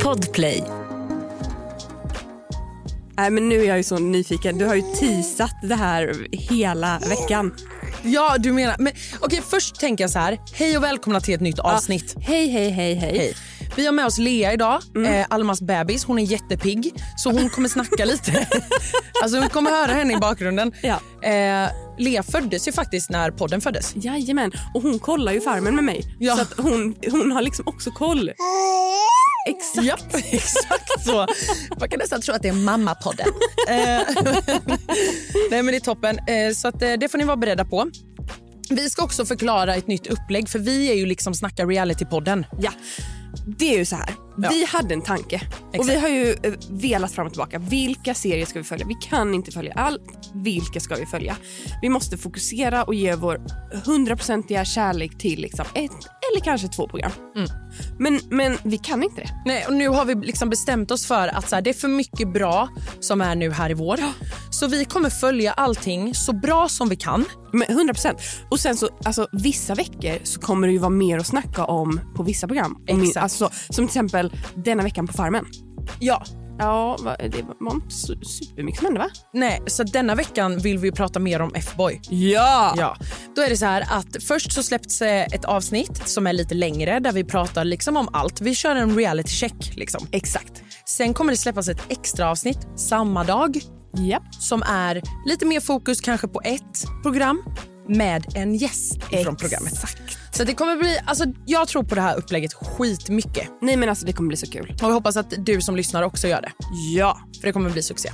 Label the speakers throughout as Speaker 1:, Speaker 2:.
Speaker 1: Podplay.
Speaker 2: Nej, men nu är jag ju så nyfiken. Du har ju teasat det här hela veckan.
Speaker 3: Ja, du menar... Men, okej, först tänker jag så här. Hej och välkomna till ett nytt avsnitt.
Speaker 2: Hej.
Speaker 3: Vi har med oss Lea idag, Almas bebis. Hon är jättepigg, så hon kommer snacka lite. Alltså vi kommer höra henne i bakgrunden.
Speaker 2: Ja.
Speaker 3: Lea föddes ju faktiskt när podden föddes.
Speaker 2: Jajamän, och hon kollar ju Farmen med mig.
Speaker 3: Ja.
Speaker 2: Så att hon har liksom också koll. Exakt.
Speaker 3: Ja, exakt så. Man kan nästan tro att det är mammapodden. Nej, men det är toppen. Så att, det får ni vara beredda på. Vi ska också förklara ett nytt upplägg, för vi är ju liksom Snacka Reality-podden.
Speaker 2: Ja, det är ju så här.
Speaker 3: Ja.
Speaker 2: Vi hade en tanke.
Speaker 3: Exakt.
Speaker 2: Och vi har ju velat fram och tillbaka. Vilka serier ska vi följa? Vi kan inte följa allt. Vilka ska vi följa? Vi måste fokusera och ge vår 100% kärlek till liksom ett eller kanske 2 program. Men vi kan inte det.
Speaker 3: Nej, och nu har vi liksom bestämt oss för att så här, det är för mycket bra som är nu här i vår. Så vi kommer följa allting så bra som vi kan.
Speaker 2: Men 100%. Och sen så, alltså vissa veckor så kommer det ju vara mer att snacka om på vissa program.
Speaker 3: Exakt.
Speaker 2: Alltså, som till exempel denna veckan på Farmen.
Speaker 3: Ja.
Speaker 2: Ja, det var inte supermycket som hände, va?
Speaker 3: Nej, så denna veckan vill vi prata mer om F-boy.
Speaker 2: Ja!
Speaker 3: Då är det så här att först så släppts ett avsnitt som är lite längre där vi pratar liksom om allt. Vi kör en reality check liksom.
Speaker 2: Exakt.
Speaker 3: Sen kommer det släppas ett extra avsnitt samma dag.
Speaker 2: Japp.
Speaker 3: Som är lite mer fokus kanske på ett program med en gäst från programmet. Så det kommer bli, alltså jag tror på det här upplägget skitmycket.
Speaker 2: Nej, men alltså det kommer bli så kul.
Speaker 3: Och jag hoppas att du som lyssnar också gör det.
Speaker 2: Ja.
Speaker 3: För det kommer bli succé.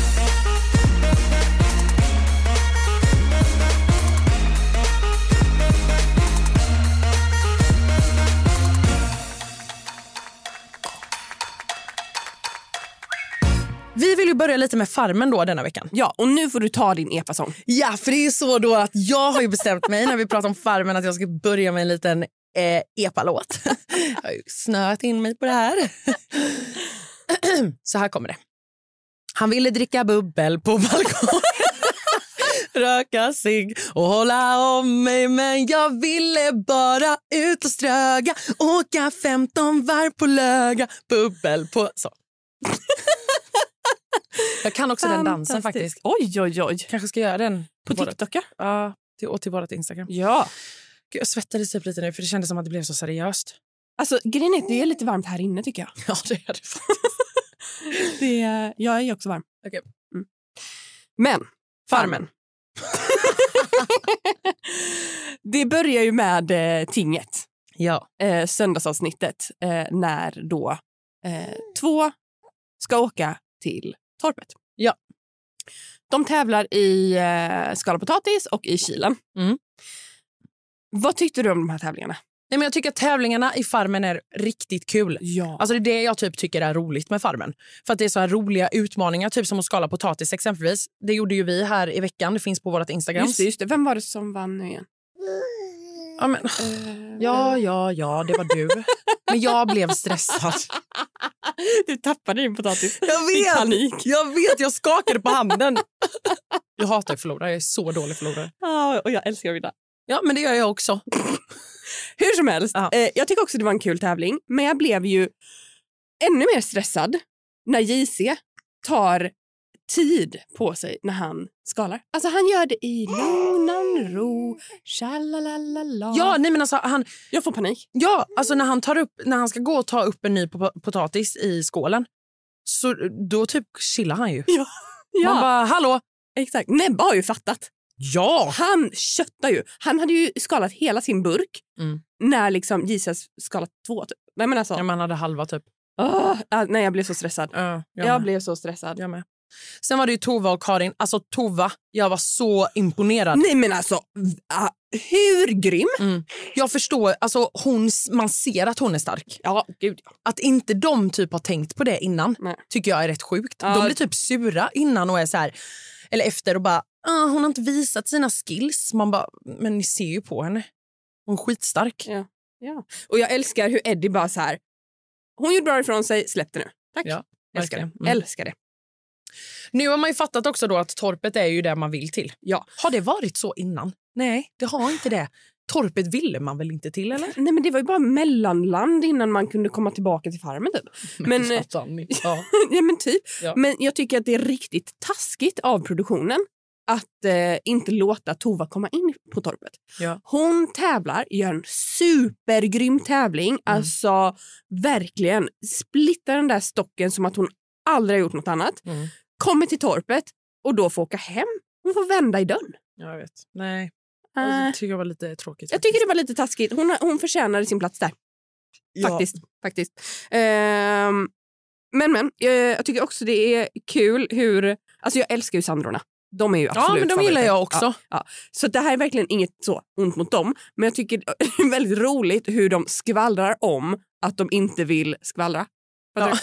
Speaker 3: Vi vill ju börja lite med Farmen då denna veckan.
Speaker 2: Ja, och nu får du ta din epasång.
Speaker 3: Ja, för det är så då att jag har ju bestämt mig när vi pratar om Farmen att jag ska börja med en liten epalåt. Jag har ju snöat in mig på det här. Så här kommer det. Han ville dricka bubbel på balkongen. Röka sig och hålla om mig, men jag ville bara ut och ströga. Åka 15 varv på löga. Bubbel på... Så. Jag kan också den dansen faktiskt.
Speaker 2: Oj.
Speaker 3: Kanske ska göra den
Speaker 2: På TikTok,
Speaker 3: ja, till vårt Instagram.
Speaker 2: Ja.
Speaker 3: Gud, jag svettades typ lite nu för det kändes som att det blev så seriöst.
Speaker 2: Alltså, grejen är, det är lite varmt här inne tycker jag.
Speaker 3: Ja, det är det faktiskt.
Speaker 2: Jag är ju också varm.
Speaker 3: Okej.
Speaker 2: Men, Farmen. Det börjar ju med tinget.
Speaker 3: Ja.
Speaker 2: Söndagsavsnittet. När då 2 ska åka till torpet.
Speaker 3: Ja.
Speaker 2: De tävlar i skala potatis och i kilen. Vad tyckte du om de här tävlingarna?
Speaker 3: Nej, men jag tycker att tävlingarna i Farmen är riktigt kul.
Speaker 2: Ja.
Speaker 3: Alltså det är det jag typ tycker är roligt med Farmen. För att det är så här roliga utmaningar, typ som att skala potatis exempelvis. Det gjorde ju vi här i veckan, det finns på vårt Instagram.
Speaker 2: Just det. Vem var det som vann nu igen?
Speaker 3: Ja, men... Ja, det var du. Men jag blev stressad.
Speaker 2: Du tappade din potatis.
Speaker 3: Jag vet, jag skakade på handen. Jag hatar att förlora, jag är så dålig förlorare.
Speaker 2: Ja, och jag älskar att vinna.
Speaker 3: Ja, men det gör jag också.
Speaker 2: Hur som helst,
Speaker 3: Ja.
Speaker 2: Jag tycker också det var en kul tävling. Men jag blev ju ännu mer stressad när JC tar tid på sig när han skalar. Alltså han gör det i lugn ro. Tjalalalala.
Speaker 3: Ja, nej men alltså
Speaker 2: Jag får panik.
Speaker 3: Ja, alltså när han ska gå och ta upp en ny potatis i skålen, så då typ chillar han ju.
Speaker 2: Ja.
Speaker 3: Man bara, hallå?
Speaker 2: Exakt. Nebba har ju fattat.
Speaker 3: Ja!
Speaker 2: Han köttar ju. Han hade ju skalat hela sin burk när liksom Jesus skalat 2. Typ. Nej, men alltså.
Speaker 3: Ja, man hade halva typ.
Speaker 2: Nej, jag blev så stressad. Jag blev så stressad.
Speaker 3: Jag med. Sen var det ju Tova och Karin. Alltså Tova, jag var så imponerad.
Speaker 2: Nej, men alltså, hur grym?
Speaker 3: Jag förstår, alltså man ser att hon är stark.
Speaker 2: Ja, gud ja.
Speaker 3: Att inte de typ har tänkt på det innan, tycker jag är rätt sjukt. De blir typ sura innan och är så här, eller efter och bara, hon har inte visat sina skills. Man bara, men ni ser ju på henne. Hon är skitstark.
Speaker 2: Ja. Och jag älskar hur Eddie bara så här, hon gjorde bra ifrån sig, släpp det nu. Tack.
Speaker 3: Ja,
Speaker 2: älskar det. Älskar det.
Speaker 3: Nu har man ju fattat också då att torpet är ju det man vill till.
Speaker 2: Ja.
Speaker 3: Har det varit så innan? Nej, det har inte det. torpet ville man väl inte till, eller?
Speaker 2: Nej, men det var ju bara mellanland innan man kunde komma tillbaka till farmen typ. Men
Speaker 3: ja.
Speaker 2: ja, men typ.
Speaker 3: Ja.
Speaker 2: Men jag tycker att det är riktigt taskigt av produktionen att inte låta Tova komma in på torpet.
Speaker 3: Ja.
Speaker 2: Hon tävlar, gör en supergrym tävling. Alltså verkligen splittar den där stocken som att hon aldrig har gjort något annat. Kommer till torpet och då får åka hem. Hon får vända i dörren.
Speaker 3: Jag vet. Nej. Jag tycker det var lite tråkigt.
Speaker 2: Jag tycker det var lite taskigt. Hon förtjänade sin plats där. Faktiskt. Men jag tycker också det är kul hur... Alltså jag älskar ju Sandrorna. De är ju absolut
Speaker 3: men de
Speaker 2: favoriter.
Speaker 3: gillar jag också.
Speaker 2: Ja. Så det här är verkligen inget så ont mot dem. Men jag tycker det är väldigt roligt hur de skvallrar om att de inte vill skvallra.
Speaker 3: Ja.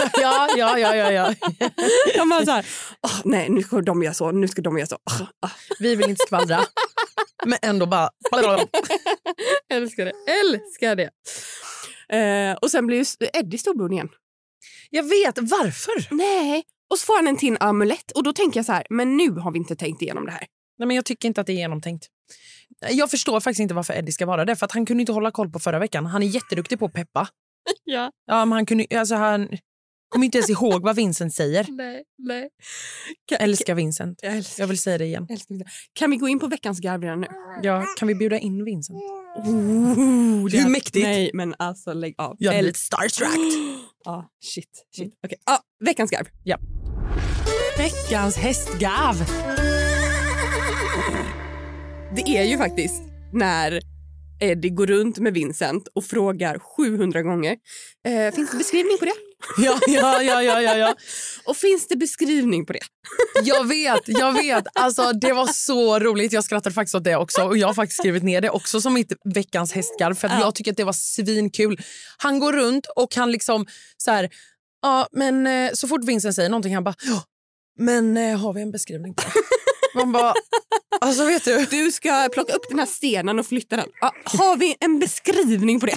Speaker 2: De bara så här, nej nu ska de göra så, nu ska de göra så.
Speaker 3: Vi vill inte skvallra. Men ändå bara...
Speaker 2: Älskar det. Och sen blir ju Eddie storbror igen.
Speaker 3: Jag vet, varför?
Speaker 2: Nej. Och så får han en till amulett. Och då tänker jag så här, men nu har vi inte tänkt igenom det här.
Speaker 3: Nej, men jag tycker inte att det är genomtänkt. Jag förstår faktiskt inte varför Eddie ska vara det. För att han kunde inte hålla koll på förra veckan. Han är jätteduktig på att peppa.
Speaker 2: Ja.
Speaker 3: Ja, men han kommer inte ens ihåg vad Vincent säger.
Speaker 2: Nej.
Speaker 3: Älskar Vincent. Jag vill säga det igen.
Speaker 2: Kan vi gå in på veckans garv redan nu?
Speaker 3: Ja, kan vi bjuda in Vincent?
Speaker 2: Hur
Speaker 3: mäktigt?
Speaker 2: Nej, men alltså lägg av.
Speaker 3: Jag är lite starstruck.
Speaker 2: Shit. Okej. Veckans garv.
Speaker 3: Ja. Veckans hästgarv.
Speaker 2: Det är ju faktiskt när Eddie går runt med Vincent och frågar 700 gånger. Finns det beskrivning på det?
Speaker 3: Ja.
Speaker 2: Och finns det beskrivning på det?
Speaker 3: Jag vet. Alltså, det var så roligt. Jag skrattade faktiskt åt det också. Och jag har faktiskt skrivit ner det också som mitt veckans hästgarv. För att jag tycker att det var svinkul. Han går runt och han liksom så här... Ja, men så fort Vincent säger någonting han bara... Men har vi en beskrivning på det? Man bara... Alltså vet du...
Speaker 2: Du ska plocka upp den här stenen och flytta den. Har vi en beskrivning på det?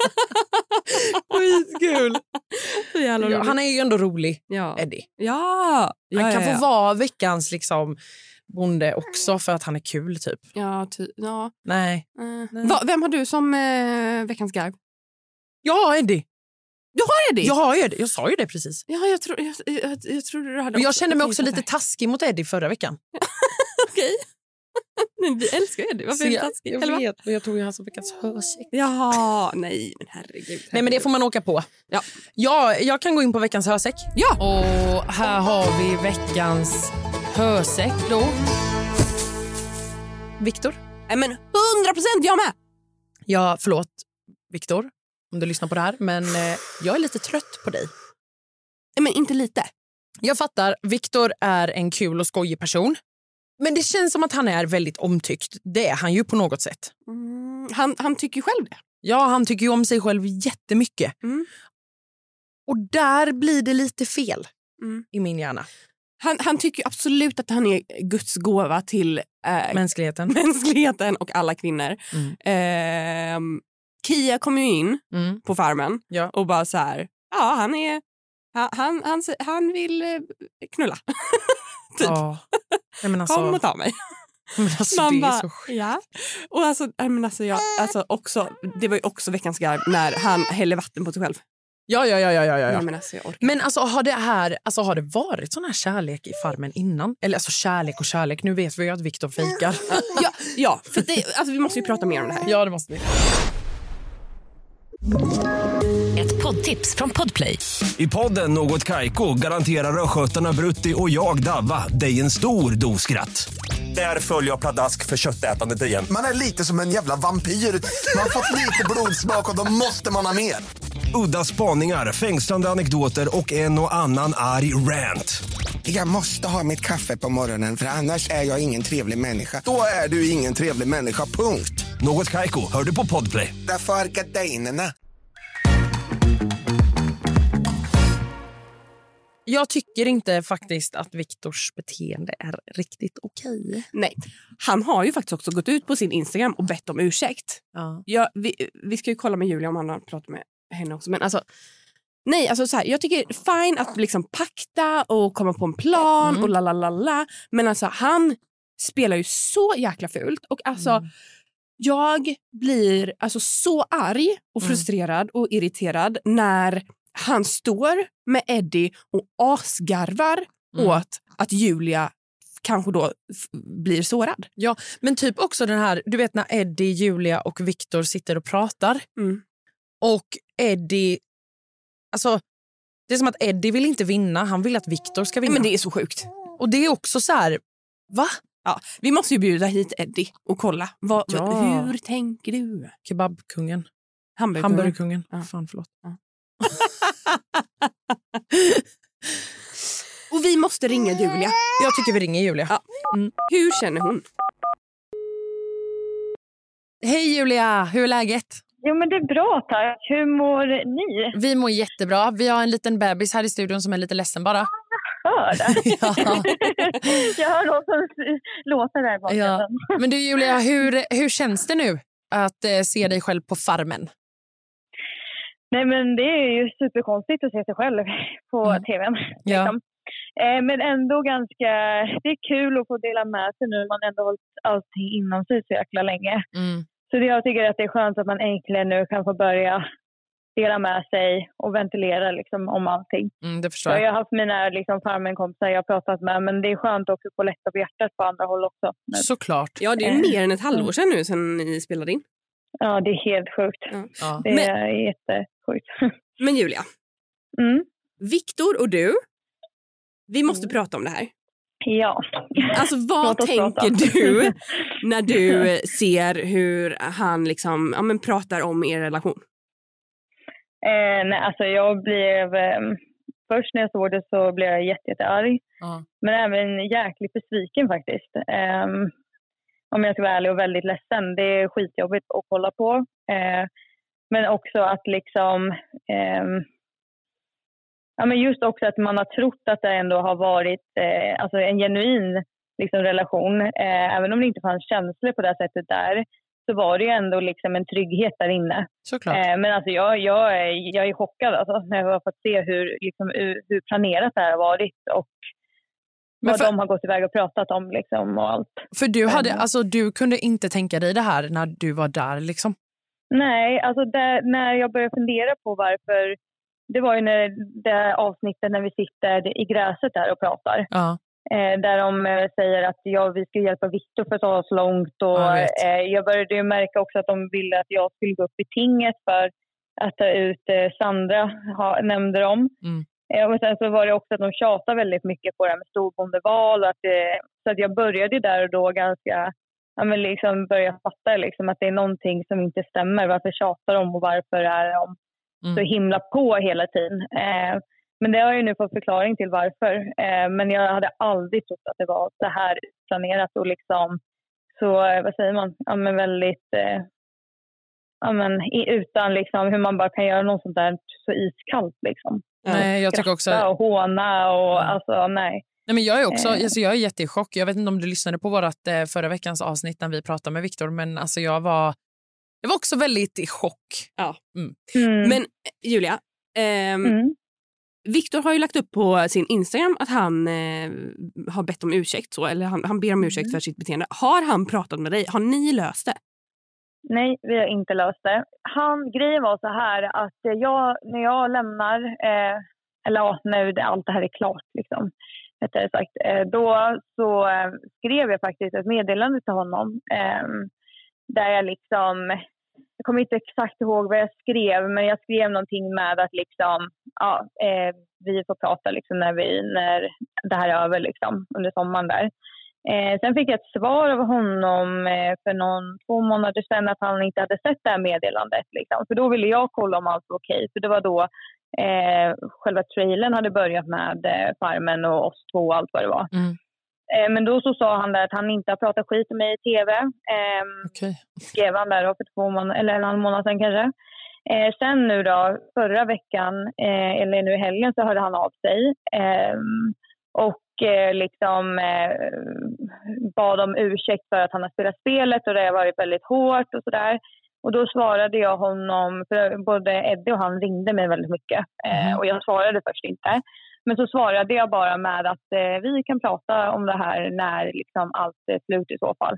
Speaker 3: Skitkul.
Speaker 2: Ja,
Speaker 3: han är ju ändå rolig, Eddie.
Speaker 2: Ja.
Speaker 3: Han kan få vara veckans liksom bonde också för att han är kul typ.
Speaker 2: Ja.
Speaker 3: Nej.
Speaker 2: Vem har du som veckans garv?
Speaker 3: Ja, Eddie.
Speaker 2: Du har Eddie?
Speaker 3: Jag har Eddie. Jag sa ju det precis.
Speaker 2: Ja, jag trodde du hade.
Speaker 3: Och jag kände mig också lite taskig mot Eddie förra veckan.
Speaker 2: Okej. Men vi älskar Eddie. Varför är det taskig?
Speaker 3: Jag vet, men jag tog ju han som veckans hörsäck.
Speaker 2: Ja, nej, men herregud.
Speaker 3: Nej, men det får man åka på. Ja, jag kan gå in på veckans hörsäck.
Speaker 2: Ja.
Speaker 3: Och här har vi veckans hörsäck då. Viktor.
Speaker 2: Men 100% jag med.
Speaker 3: Ja, förlåt Viktor om du lyssnar på det här, men jag är lite trött på dig.
Speaker 2: Men inte lite.
Speaker 3: Jag fattar, Viktor är en kul och skojig person. Men det känns som att han är väldigt omtyckt. Det är han ju på något sätt.
Speaker 2: Han tycker ju själv det.
Speaker 3: Ja, han tycker ju om sig själv jättemycket. Och där blir det lite fel i min hjärna.
Speaker 2: Han tycker absolut att han är Guds gåva till mänskligheten och alla kvinnor. Kia kom ju in på farmen och bara så här, han vill knulla. Typ.
Speaker 3: Men alltså,
Speaker 2: kom och ta mig.
Speaker 3: Men alltså, det är så sjukt.
Speaker 2: Ja. Och alltså, det var ju också veckans garv när han häller vatten på sig själv.
Speaker 3: Ja.
Speaker 2: Men
Speaker 3: alltså har det varit sån här kärlek i farmen innan? Eller alltså kärlek. Nu vet vi ju att Viktor fejkar.
Speaker 2: ja, för vi måste ju prata mer om det här.
Speaker 3: Ja, det måste vi.
Speaker 1: Ett poddtips från Podplay.
Speaker 4: I podden Något Kaiko garanterar röskötarna Brutti och jag Davva dig en stor doskratt. Där följer jag pladask för köttätandet igen.
Speaker 5: Man är lite som en jävla vampyr. Man har fått lite blodsmak och då måste man ha mer.
Speaker 4: Udda spaningar, fängslande anekdoter och en och annan arg rant.
Speaker 5: Jag måste ha mitt kaffe på morgonen för annars är jag ingen trevlig människa. Då är du ingen trevlig människa, punkt.
Speaker 4: Något Kaiko, hör du på Podplay.
Speaker 5: Därför är gardinerna.
Speaker 3: Jag tycker inte faktiskt att Viktors beteende är riktigt okej.
Speaker 2: Nej, han har ju faktiskt också gått ut på sin Instagram och bett om ursäkt. Ja, vi ska ju kolla med Julia om han pratar med henne också. Men alltså, nej, alltså så här, jag tycker fine att liksom pakta och komma på en plan och lalalala. Men alltså han spelar ju så jäkla fult och alltså Jag blir alltså så arg och frustrerad och irriterad när han står med Eddie och asgarvar åt att Julia kanske då blir sårad.
Speaker 3: Ja, men typ också den här, du vet när Eddie, Julia och Victor sitter och pratar. Och Eddie, alltså det är som att Eddie vill inte vinna, han vill att Victor ska vinna.
Speaker 2: Men det är så sjukt.
Speaker 3: Och det är också så här, va?
Speaker 2: Ja, vi måste ju bjuda hit Eddie och kolla. Hur tänker du?
Speaker 3: Kebabkungen.
Speaker 2: Hamburgerkungen.
Speaker 3: Ja. Fan, förlåt.
Speaker 2: Ja. Och vi måste ringa Julia.
Speaker 3: Jag tycker vi ringer Julia.
Speaker 2: Ja. Hur känner hon?
Speaker 3: Hej Julia, hur är läget?
Speaker 6: Jo, men det är bra, tack. Hur mår ni?
Speaker 3: Vi mår jättebra. Vi har en liten bebis här i studion som är lite ledsen bara.
Speaker 6: Hör det.
Speaker 3: Ja.
Speaker 6: Jag hör någon som låter där bakom.
Speaker 3: Ja. Men du Julia, hur känns det nu att se dig själv på farmen?
Speaker 6: Nej, men det är ju superkonstigt att se sig själv på tvn.
Speaker 3: Ja.
Speaker 6: Liksom. Men ändå ganska, det är kul att få dela med sig nu. Man ändå hållit allting inom sig så jäkla länge. Så jag tycker att det är skönt att man äntligen nu kan få börja dela med sig och ventilera liksom om allting.
Speaker 3: Det förstår jag.
Speaker 6: Jag har haft mina liksom, farmenkompisar jag har pratat med, men det är skönt också att få lätta på hjärtat på andra håll också.
Speaker 3: Såklart.
Speaker 2: Ja, det är mer än ett halvår sedan nu sedan ni spelade in.
Speaker 6: Ja, det är helt sjukt.
Speaker 3: Ja.
Speaker 6: Det är jättesjukt.
Speaker 2: Men Julia, Victor och du, vi måste prata om det här.
Speaker 6: Ja.
Speaker 2: Alltså vad tänker du när du ser hur han liksom, pratar om er relation?
Speaker 6: Nej, alltså jag blev först när jag såg det så blev jag jättearg. Men även jäkligt besviken faktiskt. Om jag ska vara ärlig och väldigt ledsen. Det är skitjobbigt att kolla på. Men också att liksom men just också att man har trott att det ändå har varit alltså en genuin liksom, relation. Även om det inte fanns känslor på det sättet där, så var det ju ändå liksom en trygghet där inne.
Speaker 3: Såklart.
Speaker 6: Men alltså jag är chockad alltså, när jag har fått se hur planerat det här har varit och vad de har gått iväg och pratat om liksom, och allt.
Speaker 3: För du hade, alltså du kunde inte tänka dig det här när du var där liksom?
Speaker 6: Nej, alltså när jag började fundera på varför, det var ju när det avsnittet när vi sitter i gräset där och pratar.
Speaker 3: Ja.
Speaker 6: Där de säger att vi ska hjälpa Victor för att ta oss långt. Och jag började ju märka också att de ville att jag skulle gå upp i tinget för att ta ut Sandra, nämnde de. Och sen så var det också att de tjatade väldigt mycket på det här med storbondeval. Så att jag började där och då ganska, liksom börja fatta liksom att det är någonting som inte stämmer. Varför tjatar de och varför är de så himla på hela tiden? Men det har jag ju nu fått förklaring till varför. Men jag hade aldrig trott att det var så här planerat och liksom så, vad säger man? Men väldigt, utan liksom hur man bara kan göra något sånt där så iskallt liksom.
Speaker 3: Nej, jag tycker också.
Speaker 6: Och håna och alltså nej.
Speaker 3: Nej, men jag är också, alltså jag är jättechock. Jag vet inte om du lyssnade på vårt förra veckans avsnitt när vi pratade med Victor, men alltså jag var också väldigt i chock.
Speaker 2: Ja. Men Julia, Victor har ju lagt upp på sin Instagram att han har bett om ursäkt så, eller han ber om ursäkt för sitt beteende. Har han pratat med dig? Har ni löst det?
Speaker 6: Nej, vi har inte löst det. Grejen var så här att när jag lämnar när allt det här är klart liksom, sagt, då så skrev jag faktiskt ett meddelande till honom där jag liksom, jag kommer inte exakt ihåg vad jag skrev, men jag skrev någonting med att liksom, vi får prata liksom när det här är över liksom, under sommaren där. Sen fick jag ett svar av honom för 2 månader sedan att han inte hade sett det här meddelandet. Liksom. För då ville jag kolla om allt var okej. För det var då själva trailern hade börjat med farmen och oss två och allt vad det var. Men då så sa han där att han inte har pratat skit med mig i tv. Skrev han där då för 2 månader, eller en halv månad sedan kanske. Sen nu då, förra veckan, eller nu i helgen, så hörde han av sig. Och liksom bad om ursäkt för att han har spelat spelet och det har varit väldigt hårt och sådär. Och då svarade jag honom, för både Eddie och han ringde mig väldigt mycket och jag svarade först inte. Men så svarade jag bara med att vi kan prata om det här när liksom allt är slut i så fall.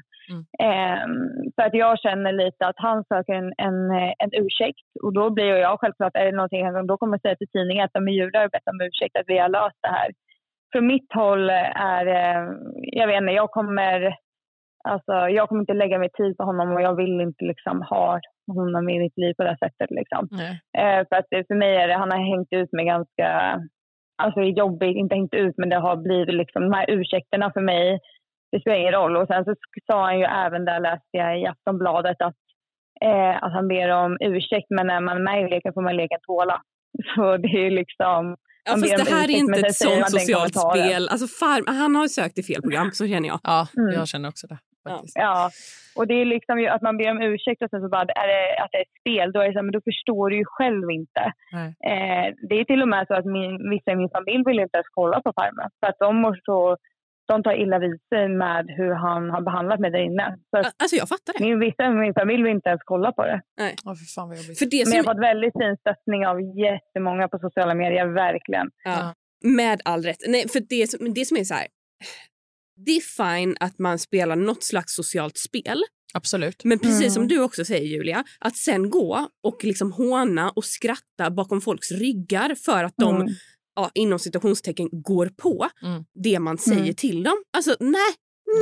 Speaker 6: För att jag känner lite att han söker en ursäkt. Och då blir jag självklart, är det någonting, då kommer jag säga till tidningen att de är judar och bett om ursäkt att vi har löst det här. Från mitt håll är, jag vet inte, jag kommer inte lägga mig tid på honom och jag vill inte liksom ha honom i mitt liv på det sättet liksom. För att för mig är det, han har hängt ut med ganska, alltså jobbigt, inte hängt ut, men det har blivit liksom de här ursäkterna för mig, det spelar ingen roll. Och sen så sa han ju även, där läste jag i Aftonbladet att han ber om ursäkt, men när man är med i leken får man leken tåla. Så det är liksom...
Speaker 2: Ja, fast det här är inte ett sånt socialt spel. Alltså han har sökt i fel program, så känner jag.
Speaker 3: Ja, jag känner också det.
Speaker 6: Ja, och det är liksom ju att man ber om ursäkt och sen så bara är det, att det är ett spel, då är det så här, men då förstår du ju själv inte. Det är till och med så att vissa i min familj vill inte ens kolla på Farmen, för att de tar illa vid sig med hur han har behandlat mig där inne. Så
Speaker 2: alltså jag fattar det.
Speaker 6: Vissa i min familj vill inte ens kolla på det.
Speaker 2: Nej.
Speaker 3: För fan vad jobbigt.
Speaker 6: Men jag har fått väldigt fin stöttning av jättemånga på sociala medier, verkligen.
Speaker 2: Ja. Med all rätt. Nej, för det som är så här, det är fine att man spelar något slags socialt spel.
Speaker 3: Absolut.
Speaker 2: Men precis som du också säger, Julia, att sen gå och liksom håna och skratta bakom folks ryggar för att de inom situationstecken går på det man säger till dem. Alltså nej.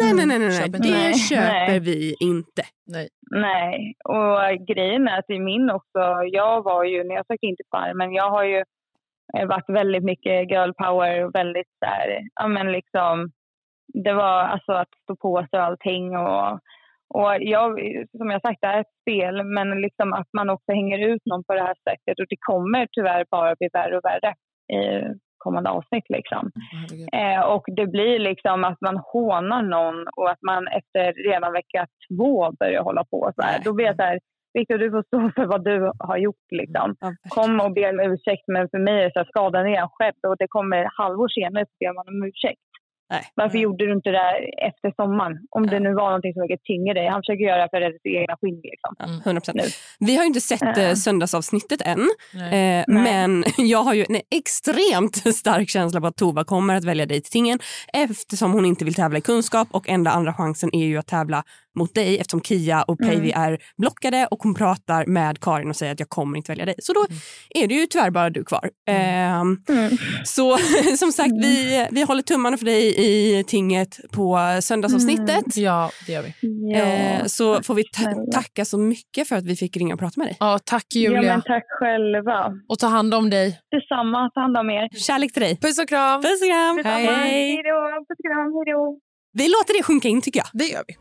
Speaker 2: Det köper vi inte.
Speaker 6: Nej, och grejen är att i min också, jag var ju, när jag sökte in till Farmen, jag har ju varit väldigt mycket girl power och väldigt så här, ja men liksom, det var alltså att stå på sig och allting, och jag, som jag sagt, det är ett spel, men liksom att man också hänger ut någon på det här sättet, och det kommer tyvärr bara bli värre och värre i kommande avsnitt liksom. Och det blir liksom att man hånar någon och att man efter redan vecka 2 börjar hålla på så här. Då blir jag så här, Victor, du får stå för vad du har gjort liksom. Kom och be om ursäkt, men för mig är det så här, skadan redan skett och det kommer halvår senare så ber man om ursäkt. Varför gjorde du inte det efter sommaren? Om det nu var någonting som väger tyngre dig. Han försöker göra för sitt egna skinn liksom.
Speaker 2: 100%. Vi har ju inte sett söndagsavsnittet än. Men jag har ju en extremt stark känsla på att Tova kommer att välja dig till tingen, eftersom hon inte vill tävla i kunskap, och enda andra chansen är ju att tävla mot dig, eftersom Kia och Päivi är blockade, och hon pratar med Karin och säger att jag kommer inte välja dig. Så då är det ju tyvärr bara du kvar. Så som sagt, vi håller tummarna för dig i tinget på söndagsavsnittet.
Speaker 3: Ja, det gör vi.
Speaker 2: Så får vi tacka så mycket för att vi fick ringa och prata med dig.
Speaker 3: Ja, tack Julia.
Speaker 6: Ja, men tack själva.
Speaker 3: Och ta hand om dig.
Speaker 6: Detsamma, ta hand om er.
Speaker 2: Kärlek till dig.
Speaker 3: Puss och kram.
Speaker 2: Puss och kram.
Speaker 6: Hej då. Puss och kram. Hej då.
Speaker 2: Vi låter det sjunka in, tycker jag.
Speaker 3: Det gör vi.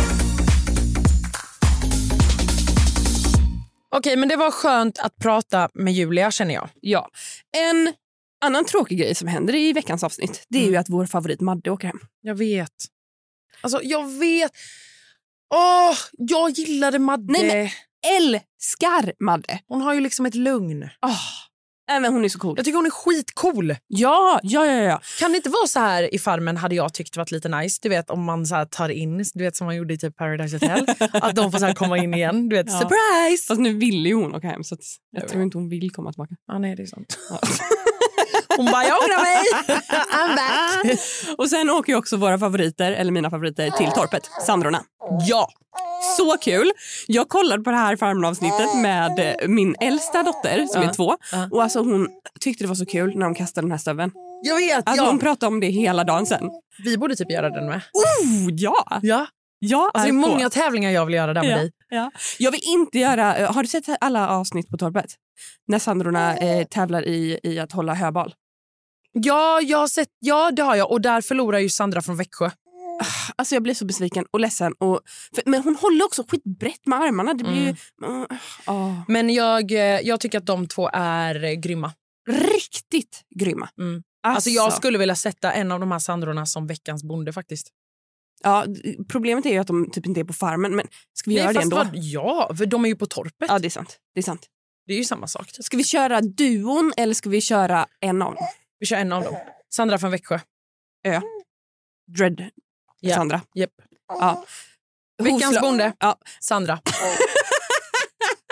Speaker 3: Okej, men det var skönt att prata med Julia, känner jag.
Speaker 2: Ja. En annan tråkig grej som händer i veckans avsnitt, det är ju att vår favorit Madde åker hem.
Speaker 3: Jag vet. Alltså, jag vet. Jag gillade Madde.
Speaker 2: Nej, men älskar Madde.
Speaker 3: Hon har ju liksom ett lugn.
Speaker 2: Även hon är så cool.
Speaker 3: Jag tycker hon är skitcool.
Speaker 2: Ja.
Speaker 3: Kan det inte vara så här i Farmen, hade jag tyckt varit lite nice. Du vet, om man så här tar in, du vet som man gjorde i typ Paradise Hotel. Att de får så här komma in igen. Du vet, surprise!
Speaker 2: Fast nu ville ju hon åka hem, så att jag tror inte hon vill komma tillbaka.
Speaker 3: Ja, nej, det är sant. Hon bara, jag ångrar mig. I'm back.
Speaker 2: Och sen åker ju också våra favoriter, eller mina favoriter, till torpet. Sandrorna.
Speaker 3: Ja.
Speaker 2: Så kul. Jag kollade på det här Farmen-avsnittet med min äldsta dotter som är 2. Och alltså hon tyckte det var så kul när de kastade den här stöven.
Speaker 3: Jag vet,
Speaker 2: alltså hon pratade om det hela dagen sen.
Speaker 3: Vi borde typ göra den med.
Speaker 2: Ja.
Speaker 3: Alltså, det är många tävlingar jag vill göra där med dig.
Speaker 2: Ja. Jag vill inte göra... Har du sett alla avsnitt på torpet? När Sandrorna tävlar i att hålla höbal.
Speaker 3: Ja, jag har sett. Ja, det har jag. Och där förlorar ju Sandra från Växjö.
Speaker 2: Alltså jag blir så besviken och ledsen. Men hon håller också skitbrett med armarna. Det blir ju...
Speaker 3: Men jag tycker att de 2 är grymma.
Speaker 2: Riktigt grymma.
Speaker 3: Alltså jag skulle vilja sätta en av de här Sandrorna som veckans bonde faktiskt.
Speaker 2: Ja, problemet är ju att de typ inte är på farmen. Men ska vi göra det ändå?
Speaker 3: Ja, för de är ju på torpet.
Speaker 2: Ja, det är sant.
Speaker 3: Det är ju samma sak.
Speaker 2: Ska vi köra duon eller ska vi köra en av dem?
Speaker 3: Vi kör en av dem. Sandra från Växjö.
Speaker 2: Dread Sandra.
Speaker 3: Yep.
Speaker 2: Ja.
Speaker 3: Veckans bonde.
Speaker 2: Ja.
Speaker 3: Sandra.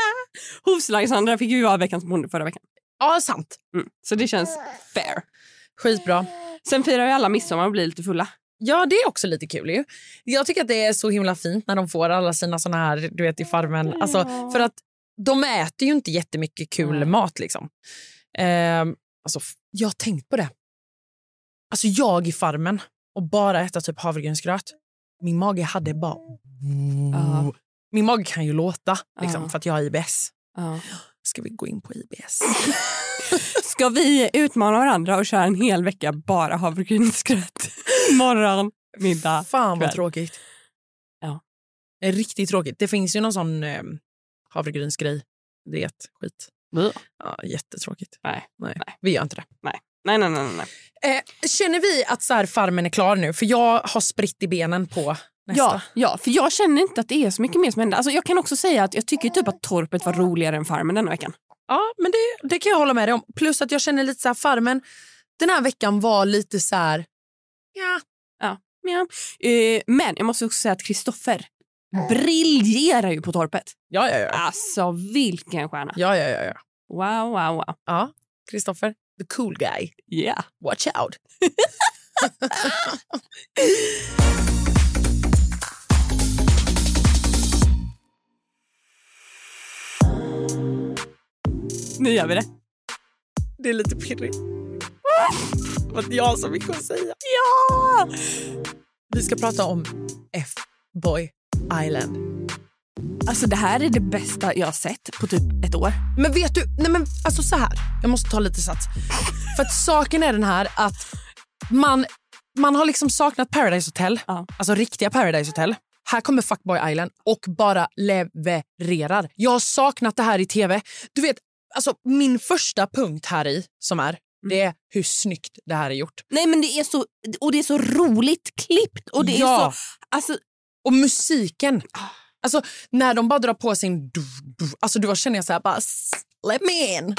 Speaker 2: Hovslag Sandra fick ju vara veckans bonde förra veckan.
Speaker 3: Ja, sant.
Speaker 2: Så det känns fair.
Speaker 3: Skitbra.
Speaker 2: Sen firar ju alla midsommar och blir lite fulla.
Speaker 3: Ja, det är också lite kul ju. Jag tycker att det är så himla fint när de får alla sina såna här, du vet, i Farmen. Alltså, för att de äter ju inte jättemycket kul mat liksom. Alltså, jag har tänkt på det. Alltså jag i Farmen och bara äta typ havregrynsgröt. Min mage hade bara... Min mage kan ju låta liksom, för att jag har IBS. Ska vi gå in på IBS?
Speaker 2: Ska vi utmana varandra och köra en hel vecka bara havregrynsgröt? Morgon, middag,
Speaker 3: Fan vad
Speaker 2: kväll.
Speaker 3: tråkigt.
Speaker 2: Ja.
Speaker 3: Det är riktigt tråkigt. Det finns ju någon sån havregrynsgrej. Diet, skit. Ja, jättetråkigt.
Speaker 2: Nej.
Speaker 3: Vi gör inte det.
Speaker 2: Nej.
Speaker 3: Känner vi att så här, Farmen är klar nu? För jag har spritt i benen på nästa.
Speaker 2: Ja, för jag känner inte att det är så mycket mer som händer. Alltså, jag kan också säga att jag tycker typ att Torpet var roligare än Farmen denna veckan.
Speaker 3: Ja, men det kan jag hålla med dig om. Plus att jag känner lite så här, Farmen den här veckan var lite så här... Ja.
Speaker 2: Men jag måste också säga att Kristoffer briljerar ju på Torpet.
Speaker 3: Ja.
Speaker 2: Alltså, vilken stjärna.
Speaker 3: Ja.
Speaker 2: Wow.
Speaker 3: Ja, Kristoffer, the cool guy.
Speaker 2: Yeah.
Speaker 3: Watch out.
Speaker 2: Nu gör vi det.
Speaker 3: Det är lite pirrigt. Vad jag så mycket att säga.
Speaker 2: Ja!
Speaker 3: Vi ska prata om F-Boy Island.
Speaker 2: Alltså det här är det bästa jag har sett på typ ett år.
Speaker 3: Men vet du, nej men alltså så här. Jag måste ta lite sats. För att saken är den här att man har liksom saknat Paradise Hotel.
Speaker 2: Ja.
Speaker 3: Alltså riktiga Paradise Hotel. Här kommer Fuckboy Island och bara levererar. Jag har saknat det här i tv. Du vet, alltså min första punkt här i som är det är hur snyggt det här är gjort.
Speaker 2: Nej men det är så, och det är så roligt klippt och det är så, alltså,
Speaker 3: och musiken. Alltså när de bara drar på sin alltså då känner jag så här bara let me in.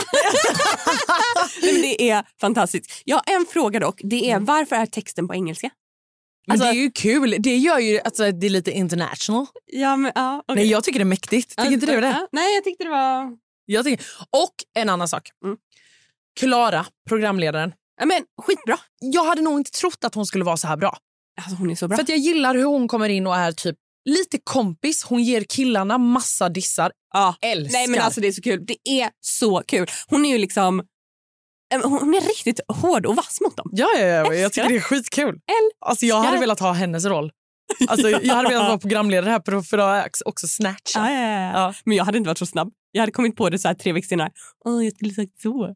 Speaker 2: Nej, men det är fantastiskt. Jag har en fråga dock, det är varför är texten på engelska?
Speaker 3: Men
Speaker 2: Alltså,
Speaker 3: det är ju kul. Det gör ju alltså det är lite international.
Speaker 2: Ja men ja, okay.
Speaker 3: Nej, jag tycker det är mäktigt. Tycker inte du det?
Speaker 2: Nej, jag tyckte det var...
Speaker 3: Och en annan sak. Klara, programledaren.
Speaker 2: Ja, men skitbra.
Speaker 3: Jag hade nog inte trott att hon skulle vara så här bra.
Speaker 2: Alltså hon är så bra.
Speaker 3: För att jag gillar hur hon kommer in och är typ lite kompis. Hon ger killarna massa dissar.
Speaker 2: Ja.
Speaker 3: Älskar.
Speaker 2: Nej men alltså det är så kul. Det är så kul. Hon är ju liksom... Hon är riktigt hård och vass mot dem.
Speaker 3: Ja. Jag tycker det är skitkul. Alltså jag hade velat ha hennes roll. Alltså jag hade velat vara programledare här för att också snatcha.
Speaker 2: Ja. Men jag hade inte varit så snabb. Jag hade kommit på det så här 3 veckor senare. Jag skulle sagt så.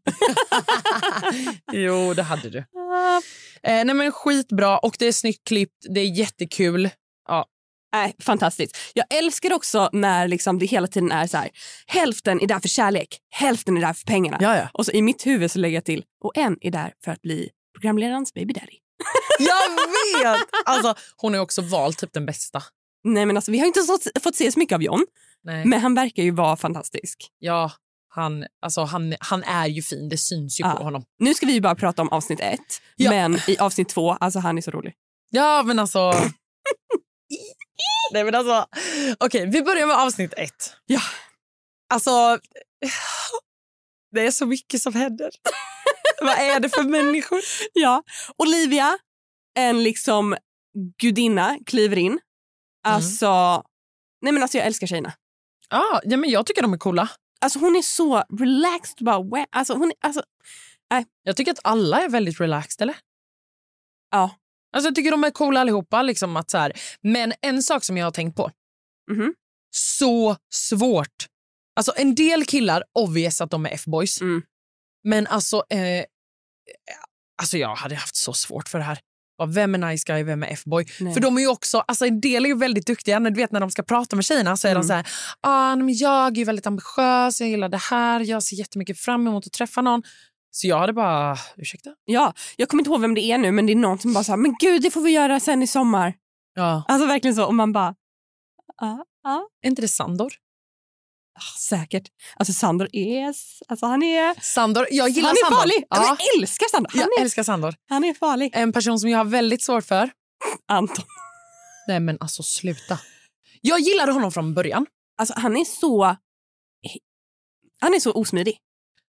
Speaker 3: Jo, det hade du. Nej men skitbra. Och det är snyggt klippt. Det är jättekul. Ja.
Speaker 2: Fantastiskt. Jag älskar också när liksom det hela tiden är så här. Hälften är där för kärlek. Hälften är där för pengarna.
Speaker 3: Ja.
Speaker 2: Och så i mitt huvud så lägger jag till. Och en är där för att bli programledarens baby daddy.
Speaker 3: Jag vet! Alltså, hon har också valt typ den bästa.
Speaker 2: Nej men alltså vi har inte fått se så mycket av John.
Speaker 3: Nej.
Speaker 2: Men han verkar ju vara fantastisk.
Speaker 3: Ja, han är ju fin. Det syns ju på honom.
Speaker 2: Nu ska vi ju bara prata om avsnitt 1.
Speaker 3: Ja.
Speaker 2: Men i avsnitt 2, alltså han är så rolig.
Speaker 3: Ja, men alltså... Nej, men alltså... Okej, vi börjar med avsnitt 1.
Speaker 2: Ja.
Speaker 3: Alltså... Det är så mycket som händer. Vad är det för människor?
Speaker 2: Ja, Olivia, en liksom gudinna, kliver in. Alltså... Nej men alltså jag älskar tjejerna.
Speaker 3: Ja, men jag tycker de är coola.
Speaker 2: Alltså hon är så relaxed. Bara, alltså hon är... Alltså,
Speaker 3: jag tycker att alla är väldigt relaxed, eller?
Speaker 2: Ja.
Speaker 3: Alltså jag tycker de är coola allihopa. Liksom att så här. Men en sak som jag har tänkt på. Så svårt. Alltså en del killar, obvious att de är F-boys. Men alltså jag hade haft så svårt för det här. Vem är nice guy, vem är F-boy?
Speaker 2: Nej.
Speaker 3: För de är ju också, alltså en del är ju väldigt duktiga. När du vet när de ska prata med tjejerna så är de så här, men jag är väldigt ambitiös, jag gillar det här, jag ser jättemycket fram emot att träffa någon. Så jag hade bara, ursäkta?
Speaker 2: Ja, jag kommer inte ihåg vem det är nu, men det är någon som bara så här, men gud det får vi göra sen i sommar.
Speaker 3: Ja.
Speaker 2: Alltså verkligen så, och man bara,
Speaker 3: Är inte det Sandor?
Speaker 2: Säkert. Alltså Sandor är, alltså han är...
Speaker 3: Sandor, jag gillar
Speaker 2: han är
Speaker 3: Sandor.
Speaker 2: Farlig.
Speaker 3: Ja.
Speaker 2: Jag älskar Sandor.
Speaker 3: Jag älskar Sandor.
Speaker 2: Han är farlig.
Speaker 3: En person som jag har väldigt svårt för.
Speaker 2: Anton.
Speaker 3: Nej men alltså sluta. Jag gillade honom från början.
Speaker 2: Alltså han är så osmidig.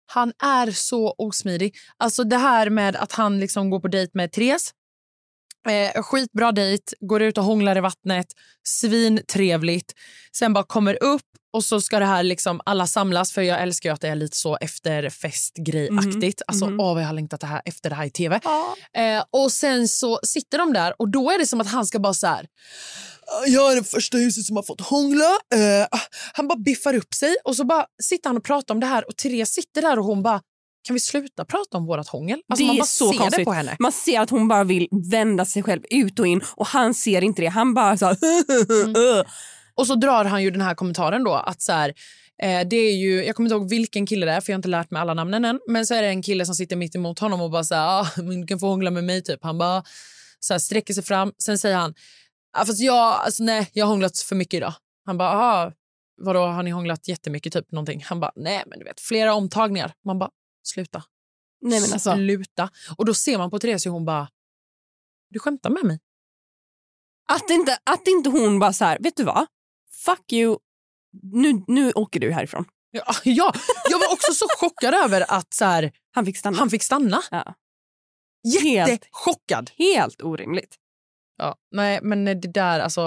Speaker 3: Han är så osmidig. Alltså det här med att han liksom går på dejt med Therese. Skitbra dejt, går ut och hånglar i vattnet, svintrevligt. Sen bara kommer upp och så ska det här liksom alla samlas, för jag älskar ju att det är lite så efterfestgrej-aktigt. Alltså vad jag har längtat efter det här i tv. Och sen så sitter de där och då är det som att han ska bara så här: jag är den första huset som har fått hångla. Han bara biffar upp sig och så bara sitter han och pratar om det här och Therese sitter där och hon bara: kan vi sluta prata om vårat hångel? Alltså
Speaker 2: det
Speaker 3: man
Speaker 2: är
Speaker 3: bara
Speaker 2: så
Speaker 3: ser
Speaker 2: konstigt.
Speaker 3: det på henne.
Speaker 2: Man ser att hon bara vill vända sig själv ut och in och han ser inte det. Han bara så här,
Speaker 3: Och så drar han ju den här kommentaren då att så här, det är ju, jag kommer inte ihåg vilken kille det är för jag har inte lärt mig alla namnen än, men så är det en kille som sitter mitt emot honom och bara så här, du kan få hångla med mig typ. Han bara så här, sträcker sig fram, sen säger han: fast jag har hånglat för mycket idag. Han bara: aha, vadå, har ni hånglat jättemycket typ någonting? Han bara: nej men du vet, flera omtagningar. Man bara: sluta.
Speaker 2: nej men alltså.
Speaker 3: Sluta. Och då ser man på Therese och hon bara: du skämtar med mig?
Speaker 2: Att inte hon bara så här, vet du vad? Fuck you. Nu åker du härifrån.
Speaker 3: Ja, jag var också så chockad över att så här, han fick stanna.
Speaker 2: Ja.
Speaker 3: Jättechockad.
Speaker 2: Helt orimligt.
Speaker 3: Ja, nej, men det där alltså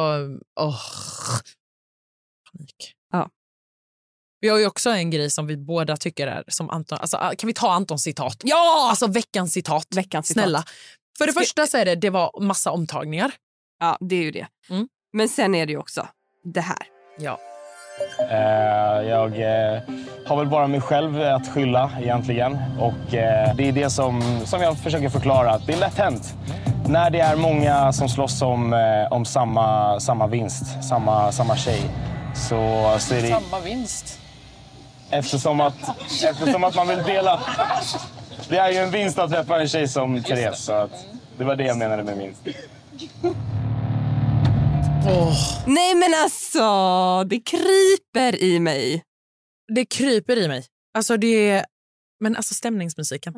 Speaker 3: panik.
Speaker 2: Ja.
Speaker 3: Vi har ju också en grej som vi båda tycker är som Anton, alltså kan vi ta Antons citat?
Speaker 2: Ja,
Speaker 3: alltså veckans citat. Snälla. För det första så är det var massa omtagningar.
Speaker 2: Ja, det är ju det. Men sen är det ju också det här.
Speaker 3: Ja.
Speaker 7: Jag har väl bara mig själv att skylla egentligen. Och det är det som jag försöker förklara. Att det är lätt hänt. När det är många som slåss om samma vinst, samma tjej. Så är det...
Speaker 3: Samma vinst?
Speaker 7: Eftersom att man vill dela... Det är ju en vinst att träffa en tjej som Therese. Så att det var det jag menade med vinst.
Speaker 2: Nej men alltså, det kryper i mig.
Speaker 3: Det kryper i mig. Alltså det... Men alltså stämningsmusiken.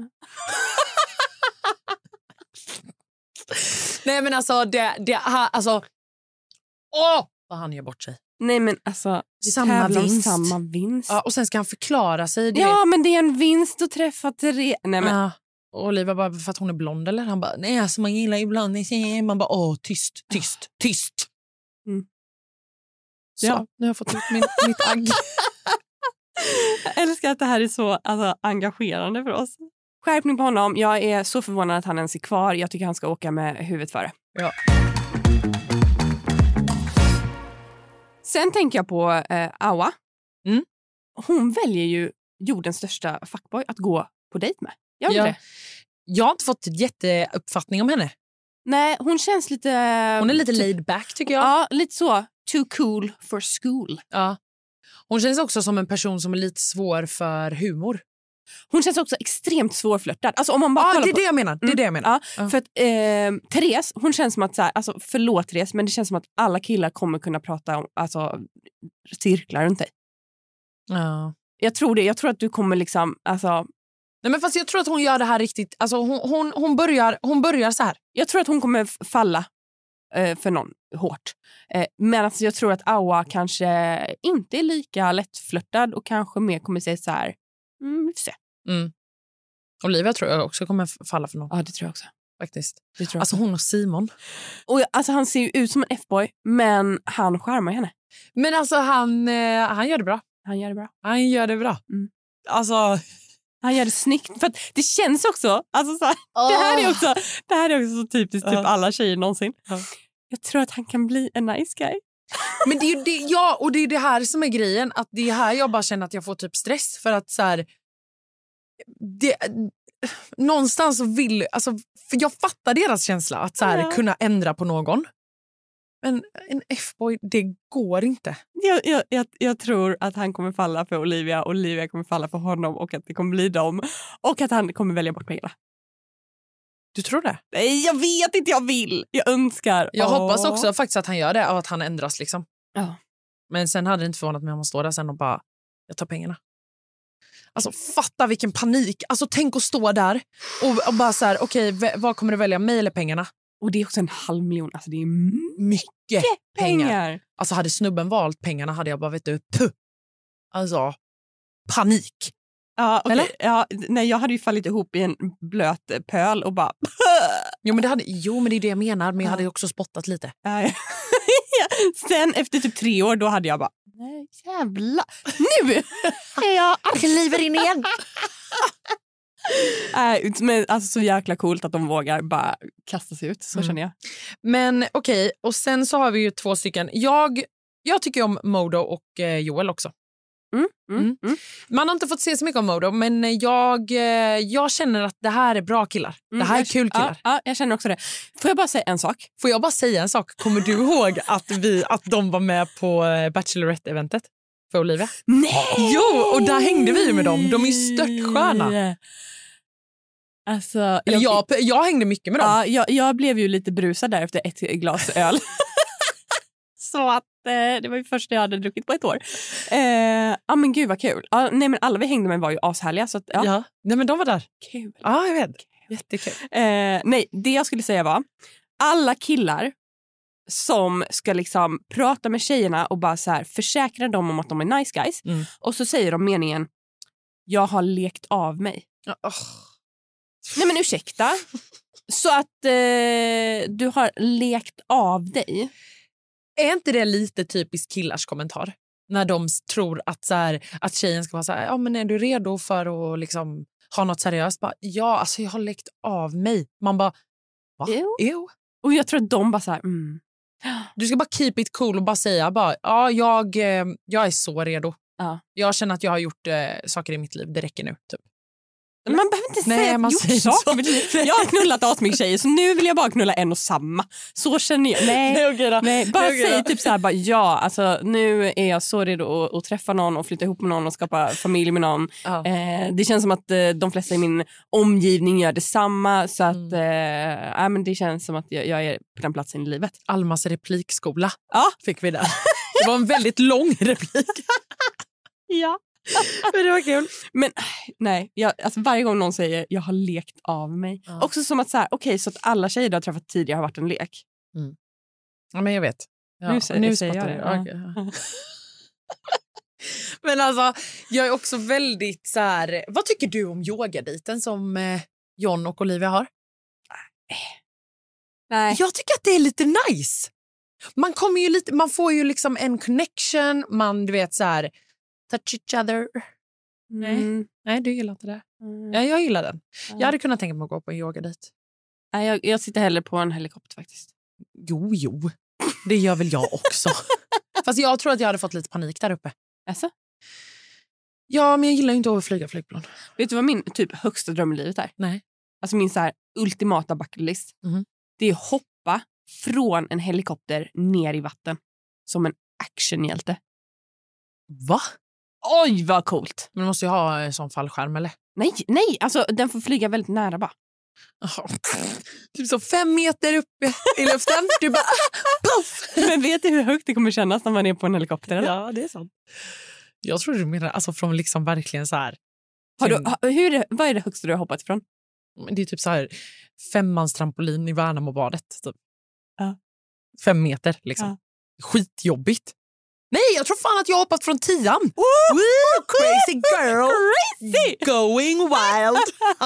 Speaker 3: Nej men alltså det alltså... vad han gör bort sig.
Speaker 2: Nej men alltså,
Speaker 3: samma
Speaker 2: vinst.
Speaker 3: Ja, och sen ska han förklara sig.
Speaker 2: Ja, men det är en vinst att träffa Therese. Nej men...
Speaker 3: Ja. Och Olivia bara, för att hon är blond eller? Han bara, nej alltså man gillar ju blond. Man bara, tyst. Så,
Speaker 2: ja.
Speaker 3: Nu har jag fått ut mitt agg.
Speaker 2: Jag älskar att det här är så engagerande för oss. Skärpning på honom. Jag är så förvånad att han ens är kvar. Jag tycker han ska åka med huvudet före.
Speaker 3: Ja.
Speaker 2: Sen tänker jag på Awa. Hon väljer ju jordens största fuckboy att gå på dejt med.
Speaker 3: Jag har inte fått jätteuppfattning om henne.
Speaker 2: Nej, hon känns lite...
Speaker 3: Hon är lite laid back tycker jag.
Speaker 2: Ja, lite så. Too cool for school.
Speaker 3: Ja. Hon känns också som en person som är lite svår för humor.
Speaker 2: Hon känns också extremt svårflörtad. Alltså om man bara
Speaker 3: det är det jag menar. Det är det jag menar.
Speaker 2: Ja. För att Therese, hon känns som att så här, alltså förlåt Therese, men det känns som att alla killar kommer kunna prata om alltså cirklar runt dig.
Speaker 3: Ja.
Speaker 2: Jag tror det. Jag tror att du kommer liksom alltså...
Speaker 3: Nej men fast jag tror att hon gör det här riktigt, alltså hon börjar så här.
Speaker 2: Jag tror att hon kommer falla för någon hårt. Men alltså jag tror att Awa kanske inte är lika lättflörtad och kanske mer kommer säga så här, vi får se.
Speaker 3: Olivia tror jag också kommer falla för någon.
Speaker 2: Ja, det tror jag också.
Speaker 3: Faktiskt.
Speaker 2: Det tror jag
Speaker 3: alltså hon och Simon.
Speaker 2: Och alltså han ser ju ut som en F-boy, men han charmar henne.
Speaker 3: Men alltså han gör det bra.
Speaker 2: Han gör det bra.
Speaker 3: Alltså...
Speaker 2: Han gör det snyggt. För att det känns också... Alltså så här, det här är också så typiskt typ alla tjejer någonsin. Jag tror att han kan bli en nice guy.
Speaker 3: Men det är ju det, ja, och det är det här som är grejen. Att det är här jag bara känner att jag får typ stress. För att så här... någonstans så vill... Alltså, för jag fattar deras känsla att så här, kunna ändra på någon. Men en F-boy, det går inte.
Speaker 2: Jag tror att han kommer falla för Olivia. Olivia kommer falla för honom och att det kommer bli dem. Och att han kommer välja bort pengarna.
Speaker 3: Du tror det?
Speaker 2: Nej, jag vet inte, jag vill. Jag önskar.
Speaker 3: Jag hoppas också faktiskt att han gör det och att han ändras liksom.
Speaker 2: Ja.
Speaker 3: Men sen hade det inte förvånat mig om han står där sen och bara, jag tar pengarna. Alltså fatta vilken panik. Alltså tänk att stå där och bara så här, okej, vad kommer du välja, mig eller pengarna?
Speaker 2: Och det är också 500 000. Alltså det är
Speaker 3: mycket pengar. Alltså hade snubben valt pengarna hade jag bara vet du, alltså panik.
Speaker 2: Ja, okay.
Speaker 3: Eller?
Speaker 2: Ja, nej, jag hade ju fallit ihop i en blöt pöl och bara...
Speaker 3: Jo, men det är det jag menar. Men jag hade också spottat lite.
Speaker 2: Sen efter typ 3 år, då hade jag bara... Nej, jävla... Nu är jag...
Speaker 3: Kliver in igen.
Speaker 2: Men alltså så jäkla coolt att de vågar bara kasta sig ut. Så känner jag.
Speaker 3: Men okej, och sen så har vi ju 2 stycken. Jag tycker om Modo och Joel också. Man har inte fått se så mycket om Modo, men jag känner att det här är bra killar. Det här är kul killar.
Speaker 2: Ja, jag känner också det. Får jag bara säga en sak?
Speaker 3: Kommer du ihåg att de var med på Bachelorette-eventet för Olivia?
Speaker 2: Nej!
Speaker 3: Jo, och där hängde vi med dem. De är ju störtsköna.
Speaker 2: Alltså,
Speaker 3: jag hängde mycket med dem.
Speaker 2: Ja, jag blev ju lite brusad där efter ett glas öl. Så att det var ju första jag hade druckit på ett år. Ja, men gud vad kul. Nej, men alla vi hängde med var ju ashärliga. Så att,
Speaker 3: Ja, nej, men de var där.
Speaker 2: Kul.
Speaker 3: Ja, jag vet. Jättekul.
Speaker 2: Nej, det jag skulle säga var alla killar som ska liksom prata med tjejerna och bara så här försäkra dem om att de är nice guys. Och så säger de meningen: jag har lekt av mig. Nej, men ursäkta. Så att du har lekt av dig.
Speaker 3: Är inte det lite typisk killars kommentar? När de tror att, så här, att tjejen ska vara så här, ja, men är du redo för att liksom ha något seriöst? Bara, ja, alltså jag har lekt av mig. Man bara, va? Jo.
Speaker 2: Och jag tror att de bara så här,
Speaker 3: Du ska bara keep it cool och bara säga, bara, ja, jag är så redo.
Speaker 2: Ja.
Speaker 3: Jag känner att jag har gjort saker i mitt liv, det räcker nu, typ.
Speaker 2: Man behöver inte säga
Speaker 3: man säger
Speaker 2: så. Jag har knullat asmycket tjejer, så nu vill jag bara knulla en och samma. Så känner jag. Nej,
Speaker 3: okej då.
Speaker 2: Nej, bara säg typ så här, bara, ja, alltså nu är jag så redo att träffa någon och flytta ihop med någon och skapa familj med någon.
Speaker 3: Ja.
Speaker 2: Det känns som att de flesta i min omgivning gör detsamma, så att men det känns som att jag är på den platsen i livet.
Speaker 3: Almas replikskola
Speaker 2: fick vi där.
Speaker 3: Det var en väldigt lång replik.
Speaker 2: Ja.
Speaker 3: Men det var kul.
Speaker 2: Men nej, alltså varje gång någon säger jag har lekt av mig. Också som att så här, okej, så att alla tjejer du har träffat tidigare har varit en lek.
Speaker 3: Ja, men jag vet. Ja,
Speaker 2: nu säger jag det.
Speaker 3: Okay. Men alltså, jag är också väldigt så här, vad tycker du om yogadejten som John och Olivia har?
Speaker 2: Nej.
Speaker 3: Jag tycker att det är lite nice. Man får ju liksom en connection, man du vet så här, touch each other. Nej, du gillar inte det. Ja, jag gillar den. Jag hade kunnat tänka mig att gå på en yogadejt.
Speaker 2: Nej, jag sitter hellre på en helikopter faktiskt.
Speaker 3: Jo. Det gör väl jag också. Fast jag tror att jag hade fått lite panik där uppe.
Speaker 2: Alltså?
Speaker 3: Ja, men jag gillar ju inte att flyga flygplan.
Speaker 2: Vet du vad min typ högsta dröm i livet är?
Speaker 3: Nej.
Speaker 2: Alltså min så här ultimata bucket list. Det är att hoppa från en helikopter ner i vatten. Som en actionhjälte.
Speaker 3: Va?
Speaker 2: Oj, vad coolt.
Speaker 3: Men du måste ju ha en sån fallskärm, eller?
Speaker 2: Nej, alltså den får flyga väldigt nära bara.
Speaker 3: Typ så 5 meter uppe i luften. Du bara, puff!
Speaker 2: Men vet du hur högt det kommer kännas när man är på en helikopter? Eller?
Speaker 3: Ja, det är sant. Jag tror du menar alltså från liksom verkligen så här.
Speaker 2: Vad är det högsta du har hoppat ifrån?
Speaker 3: Det är typ så här 5-mans trampolin i Värnamobadet. Typ.
Speaker 2: Ja.
Speaker 3: 5 meter liksom. Ja. Skitjobbigt. Nej, jag tror fan att jag har hoppat från 10:an.
Speaker 2: Woo,
Speaker 3: crazy girl.
Speaker 2: Crazy.
Speaker 3: Going wild.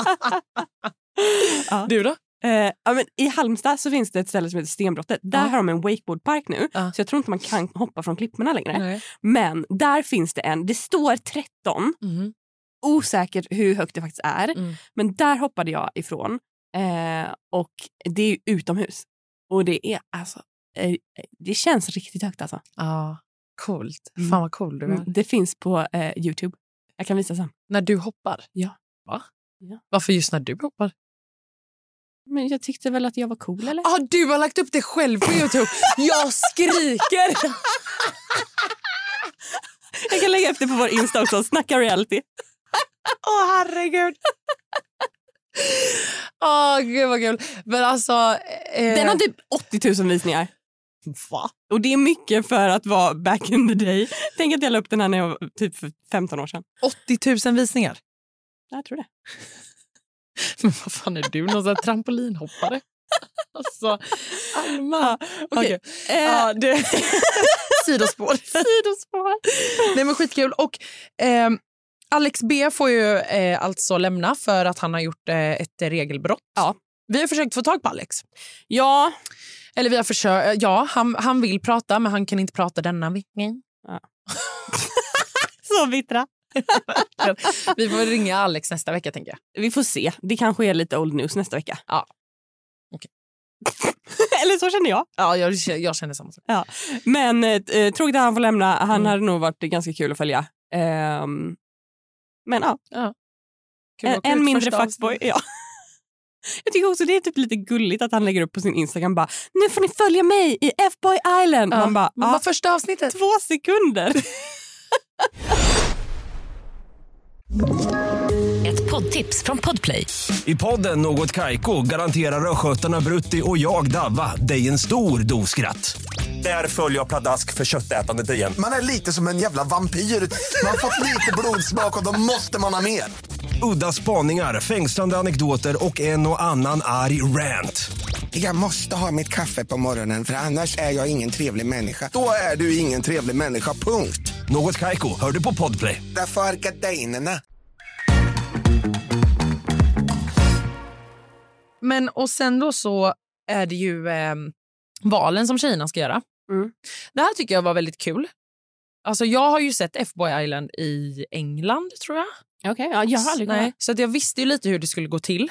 Speaker 3: Du då?
Speaker 2: Men i Halmstad så finns det ett ställe som heter Stenbrottet. Där har de en wakeboardpark nu. Så jag tror inte man kan hoppa från klipporna längre. Nej. Men där finns det det står 13. Osäkert hur högt det faktiskt är. Men där hoppade jag ifrån. Och det är utomhus. Och det är alltså det känns riktigt högt alltså.
Speaker 3: Ja, coolt. Fan vad cool du är.
Speaker 2: Det finns på YouTube. Jag kan visa sen.
Speaker 3: När du hoppar?
Speaker 2: Ja.
Speaker 3: Va? Ja. Varför just när du hoppar?
Speaker 2: Men jag tyckte väl att jag var cool, eller?
Speaker 3: Du har lagt upp det själv på YouTube. Jag skriker!
Speaker 2: Jag kan lägga upp det på vår Insta också. Snacka reality.
Speaker 3: Herregud. Gud vad kul. Men alltså...
Speaker 2: Den har typ 80 000 visningar.
Speaker 3: Va?
Speaker 2: Och det är mycket för att vara back in the day. Tänk att jag la upp den här när jag var typ för 15 år sedan.
Speaker 3: 80 000 visningar?
Speaker 2: Jag tror det.
Speaker 3: Men vad fan är du? Någon sån här trampolinhoppare? Alltså, Alma.
Speaker 2: Okej.
Speaker 3: Sidospår.
Speaker 2: Sidospår.
Speaker 3: Nej men skitkul. Och Alex B får ju alltså lämna för att han har gjort ett regelbrott.
Speaker 2: Ja.
Speaker 3: Vi har försökt få tag på Alex.
Speaker 2: Ja.
Speaker 3: Eller vi har försökt, han vill prata men han kan inte prata denna veckan.
Speaker 2: Ja. Så bittra.
Speaker 3: Vi får ringa Alex nästa vecka tänker jag.
Speaker 2: Vi får se. Det kanske är lite old news nästa vecka.
Speaker 3: Ja. Okej.
Speaker 2: Eller så känner jag.
Speaker 3: Ja, jag känner samma sak.
Speaker 2: Ja. Men tråkigt att han får lämna. Han hade nog varit ganska kul att följa. Men ja. En mindre fuckboy. Ja. Jag tycker också det är typ lite gulligt att han lägger upp på sin Instagram bara, nu får ni följa mig i F-boy Island.
Speaker 3: Ja.
Speaker 2: Man bara,
Speaker 3: första avsnittet.
Speaker 2: 2 sekunder.
Speaker 1: Ett poddtips från Podplay.
Speaker 4: I podden Något Kaiko garanterar röskötarna Brutti och jag Davva dig en stor dos skratt. Där följer jag pladask för köttätandet igen.
Speaker 5: Man är lite som en jävla vampyr. Man har fått lite blodsmak och då måste man ha mer.
Speaker 4: Udda spaningar, fängslande anekdoter och en och annan arg rant.
Speaker 5: Jag måste ha mitt kaffe på morgonen för annars är jag ingen trevlig människa. Då är du ingen trevlig människa, punkt.
Speaker 4: Något Kaiko, hör du på Podplay.
Speaker 5: Därför är gardinerna.
Speaker 3: Men och sen då så är det ju valen som tjejerna ska göra.
Speaker 2: Mm.
Speaker 3: Det här tycker jag var väldigt kul. Alltså jag har ju sett F-boy Island i England tror jag.
Speaker 2: Okej, ja, jag har aldrig kollat.
Speaker 3: Så att jag visste ju lite hur det skulle gå till.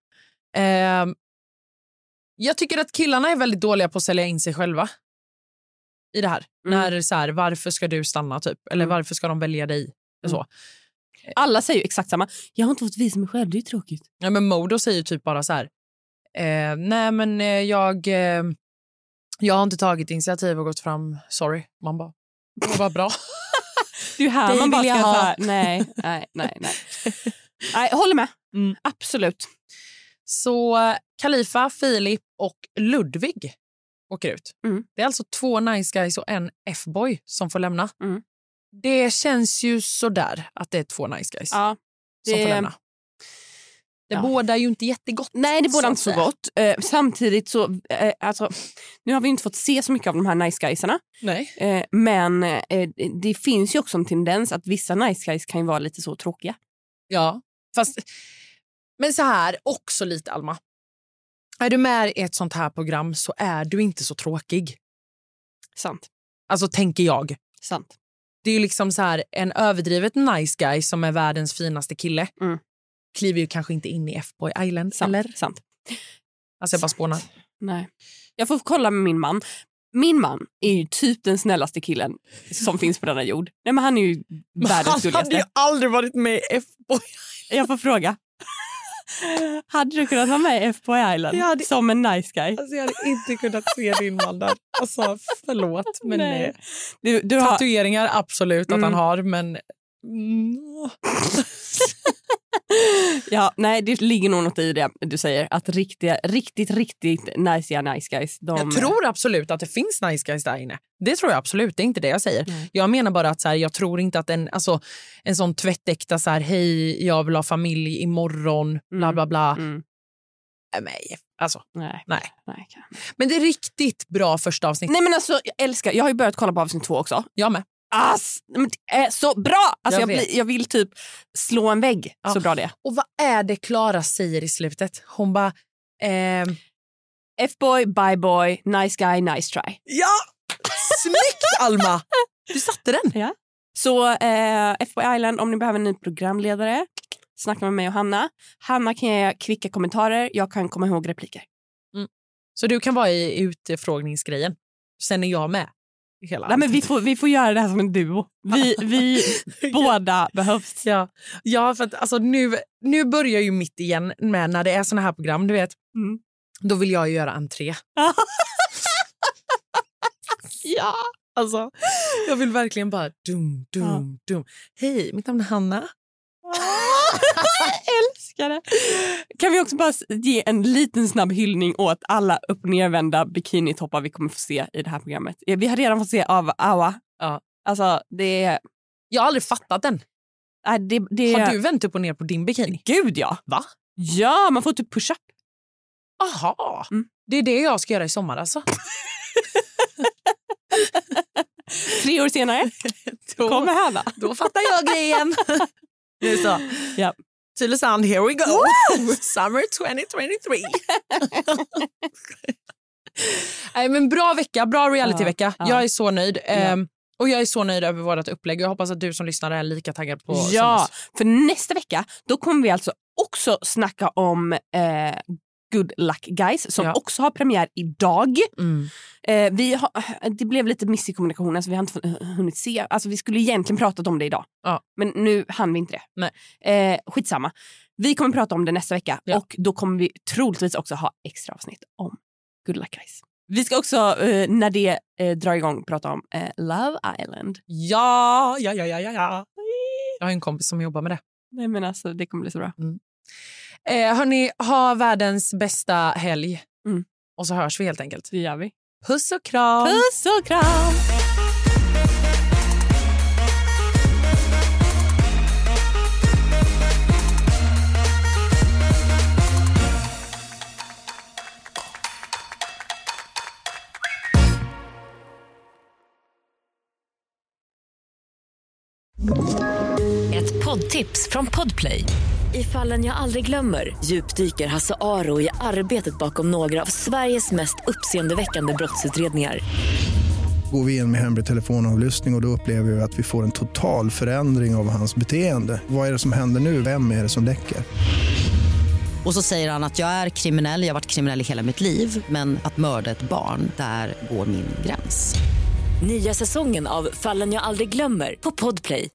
Speaker 3: Jag tycker att killarna är väldigt dåliga på att sälja in sig själva i det här. När så här, varför ska du stanna typ? Eller varför ska de välja dig? Så.
Speaker 2: Alla säger ju exakt samma. Jag har inte fått visa mig själv, det är tråkigt.
Speaker 3: Ja, men Modo säger typ bara så här. Nej men jag har inte tagit initiativ och gått fram. Sorry, man bara. Det var bra.
Speaker 2: Det är här
Speaker 3: det
Speaker 2: man bara ska
Speaker 3: ha.
Speaker 2: säga nej. Nej, håller med. Absolut.
Speaker 3: Så Khalifa, Filip och Ludvig åker ut. Det är alltså 2 nice guys och en F-boy som får lämna. Det känns ju sådär att det är 2 nice guys som får lämna. Det båda ju inte jättegott.
Speaker 2: Nej, det båda inte så gott. Samtidigt så, alltså, nu har vi inte fått se så mycket av de här nice guysarna.
Speaker 3: Nej.
Speaker 2: Men det finns ju också en tendens att vissa nice guys kan ju vara lite så tråkiga.
Speaker 3: Ja, fast men så här också lite Alma. Är du med i ett sånt här program så är du inte så tråkig.
Speaker 2: Sant.
Speaker 3: Alltså tänker jag.
Speaker 2: Sant.
Speaker 3: Det är ju liksom så här en överdrivet nice guy som är världens finaste kille. Kliver ju kanske inte in i F-boy Island.
Speaker 2: Sant.
Speaker 3: Eller?
Speaker 2: Sant.
Speaker 3: Alltså jag bara spånar.
Speaker 2: Nej. Jag får kolla med min man. Min man är ju typ den snällaste killen som finns på denna jord. Nej, men han är ju världens gulligaste.
Speaker 3: Han hade ju aldrig varit med i F-boy.
Speaker 2: Jag får fråga. Hade du kunnat vara med i F-boy Island som en nice guy?
Speaker 3: Alltså jag hade inte kunnat se din man där. Alltså förlåt. Men
Speaker 2: nej.
Speaker 3: Du tatueringar absolut att han har. Men
Speaker 2: ja, nej, det ligger nog något i det du säger. Att riktigt nice guys.
Speaker 3: Jag tror absolut att det finns nice guys där inne. Det tror jag absolut, det är inte det jag säger. Jag menar bara att så här, jag tror inte att en sån tvättäkta så här, hej, jag vill ha familj imorgon, bla bla bla. Nej, alltså. Nej. Men det är riktigt bra första avsnitt.
Speaker 2: Nej men alltså, jag älskar, jag har ju börjat kolla på avsnitt 2 också.
Speaker 3: Jag med.
Speaker 2: Men det är så bra! Alltså jag vill typ slå en vägg, så bra det.
Speaker 3: Och vad är det Klara säger i slutet? Hon bara
Speaker 2: F-boy, bye boy, nice guy, nice try.
Speaker 3: Ja! Snyggt Alma! Du satte den.
Speaker 2: Ja. Så F-boy Island, om ni behöver en ny programledare, snacka med mig och Hanna. Hanna kan ge kvicka kommentarer, jag kan komma ihåg repliker.
Speaker 3: Så du kan vara i utfrågningsgrejen. Sen är jag med.
Speaker 2: Nej, men vi får göra det här som en duo. Vi båda behövs.
Speaker 3: Ja, för att alltså, nu börjar ju mitt igen med när det är såna här program, du vet. Då vill jag ju göra entré. Ja, alltså jag vill verkligen bara dum. Hej, mitt namn är Hanna.
Speaker 2: Älskar det. Kan vi också bara ge en liten snabb hyllning åt alla upp- och nervända bikinitoppar vi kommer få se i det här programmet. Vi har redan fått se av Awa.
Speaker 3: Ja.
Speaker 2: Alltså, det är...
Speaker 3: Jag har aldrig fattat den. Har du vänt upp och ner på din bikini?
Speaker 2: Gud, ja.
Speaker 3: Va?
Speaker 2: Ja, man får typ push-up.
Speaker 3: Aha. Det är det jag ska göra i sommar alltså.
Speaker 2: 3 år senare kommer Hanna.
Speaker 3: Då fattar jag grejen. Det är så.
Speaker 2: Ja.
Speaker 3: Tylösand, here we go. Summer 2023. Nej, men bra vecka, bra realityvecka. Jag är så nöjd. Och jag är så nöjd över vårt upplägg. Jag hoppas att du som lyssnar är lika taggad på.
Speaker 2: Ja, för nästa vecka då kommer vi alltså också snacka om Good Luck Guys som också har premiär idag. Det blev lite miss i kommunikationen så vi har inte hunnit se. Alltså vi skulle egentligen pratat om det idag. Ja. Men nu hann vi inte det. Nej. Skitsamma. Vi kommer prata om det nästa vecka och då kommer vi troligtvis också ha extra avsnitt om Good Luck Guys. Vi ska också när det drar igång prata om Love Island.
Speaker 3: Ja. Jag har en kompis som jobbar med det.
Speaker 2: Nej men alltså det kommer bli så bra.
Speaker 3: Hörni, ha världens bästa helg. Och så hörs vi helt enkelt.
Speaker 2: Det gör vi.
Speaker 3: Puss och kram.
Speaker 2: Puss och kram.
Speaker 1: Ett poddtips från Podplay. I Fallen jag aldrig glömmer djupdyker Hasse Aro i arbetet bakom några av Sveriges mest uppseendeväckande brottsutredningar.
Speaker 8: Går vi in med hemlig telefonavlyssning och då upplever vi att vi får en total förändring av hans beteende. Vad är det som händer nu? Vem är det som läcker?
Speaker 9: Och så säger han att jag är kriminell, jag har varit kriminell i hela mitt liv. Men att mörda ett barn, där går min gräns.
Speaker 1: Nya säsongen av Fallen jag aldrig glömmer på Podplay.